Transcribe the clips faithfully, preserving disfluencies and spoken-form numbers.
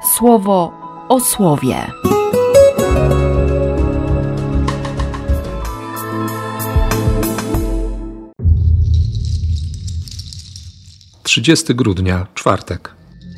Słowo o słowie. trzydziestego grudnia, czwartek.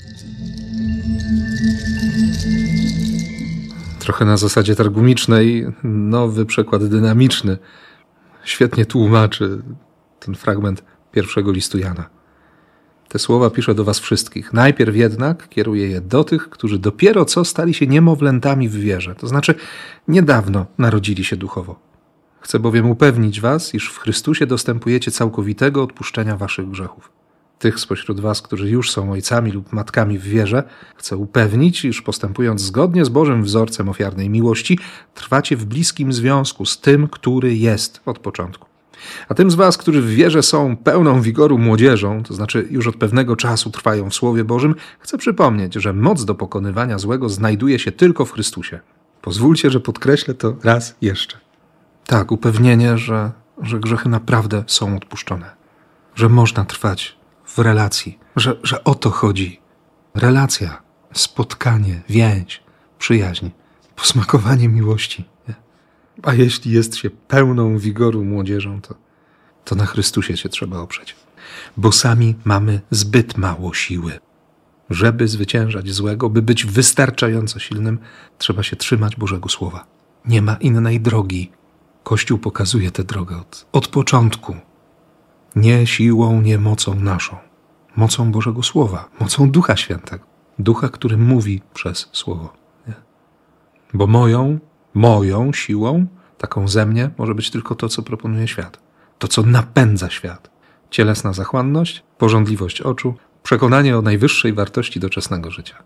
Trochę na zasadzie targumicznej, nowy przekład dynamiczny świetnie tłumaczy ten fragment pierwszego listu Jana. Te słowa piszę do was wszystkich. Najpierw jednak kieruję je do tych, którzy dopiero co stali się niemowlętami w wierze, to znaczy niedawno narodzili się duchowo. Chcę bowiem upewnić was, iż w Chrystusie dostępujecie całkowitego odpuszczenia waszych grzechów. Tych spośród was, którzy już są ojcami lub matkami w wierze, chcę upewnić, iż postępując zgodnie z Bożym wzorcem ofiarnej miłości, trwacie w bliskim związku z tym, który jest od początku. A tym z was, którzy w wierze są pełną wigoru młodzieżą, to znaczy już od pewnego czasu trwają w Słowie Bożym, chcę przypomnieć, że moc do pokonywania złego znajduje się tylko w Chrystusie. Pozwólcie, że podkreślę to raz jeszcze. Tak, upewnienie, że, że grzechy naprawdę są odpuszczone. Że można trwać w relacji, że, że o to chodzi. Relacja, spotkanie, więź, przyjaźń, posmakowanie miłości. Nie? A jeśli jest się pełną wigoru młodzieżą, to, to na Chrystusie się trzeba oprzeć. Bo sami mamy zbyt mało siły. Żeby zwyciężać złego, by być wystarczająco silnym, trzeba się trzymać Bożego Słowa. Nie ma innej drogi. Kościół pokazuje tę drogę od, od początku. Nie siłą, nie mocą naszą. Mocą Bożego Słowa, mocą Ducha Świętego. Ducha, który mówi przez Słowo. Nie? Bo moją, moją siłą, taką ze mnie, może być tylko to, co proponuje świat. To, co napędza świat. Cielesna zachłanność, pożądliwość oczu, przekonanie o najwyższej wartości doczesnego życia.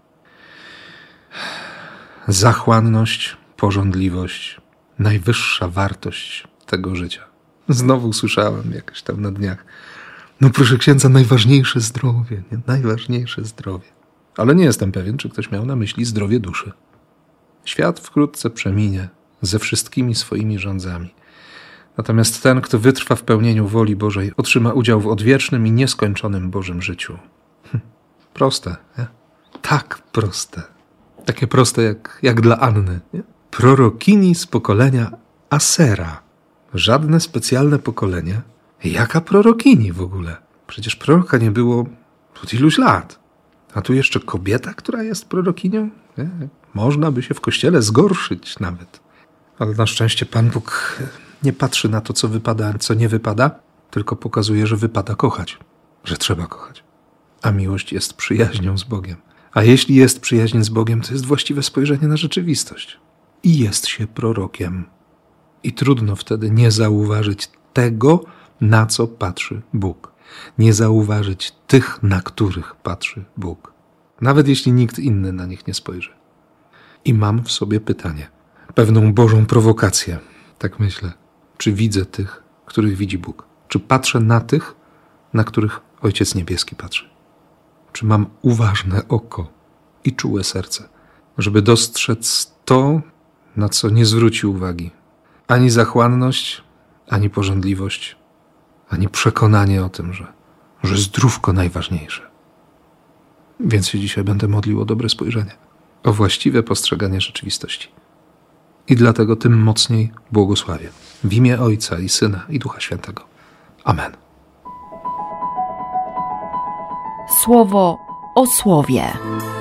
Zachłanność, pożądliwość, najwyższa wartość tego życia. Znowu słyszałem jakoś tam na dniach. No proszę księdza, najważniejsze zdrowie, nie? Najważniejsze zdrowie. Ale nie jestem pewien, czy ktoś miał na myśli zdrowie duszy. Świat wkrótce przeminie ze wszystkimi swoimi rządzami. Natomiast ten, kto wytrwa w pełnieniu woli Bożej, otrzyma udział w odwiecznym i nieskończonym Bożym życiu. Hm. Proste, nie? Tak proste. Takie proste jak, jak dla Anny. Nie? Prorokini z pokolenia Asera. Żadne specjalne pokolenie. Jaka prorokini w ogóle? Przecież proroka nie było od iluś lat. A tu jeszcze kobieta, która jest prorokinią? Nie? Można by się w kościele zgorszyć nawet. Ale na szczęście Pan Bóg nie patrzy na to, co wypada, co nie wypada, tylko pokazuje, że wypada kochać, że trzeba kochać. A miłość jest przyjaźnią z Bogiem. A jeśli jest przyjaźń z Bogiem, to jest właściwe spojrzenie na rzeczywistość. I jest się prorokiem. I trudno wtedy nie zauważyć tego, na co patrzy Bóg. Nie zauważyć tych, na których patrzy Bóg. Nawet jeśli nikt inny na nich nie spojrzy. I mam w sobie pytanie. Pewną Bożą prowokację. Tak myślę. Czy widzę tych, których widzi Bóg? Czy patrzę na tych, na których Ojciec Niebieski patrzy? Czy mam uważne oko i czułe serce, żeby dostrzec to, na co nie zwróci uwagi? Ani zachłanność, ani pożądliwość, ani przekonanie o tym, że, że zdrówko najważniejsze. Więc się dzisiaj będę modlił o dobre spojrzenie, o właściwe postrzeganie rzeczywistości. I dlatego tym mocniej błogosławię. W imię Ojca i Syna i Ducha Świętego. Amen. Słowo o słowie.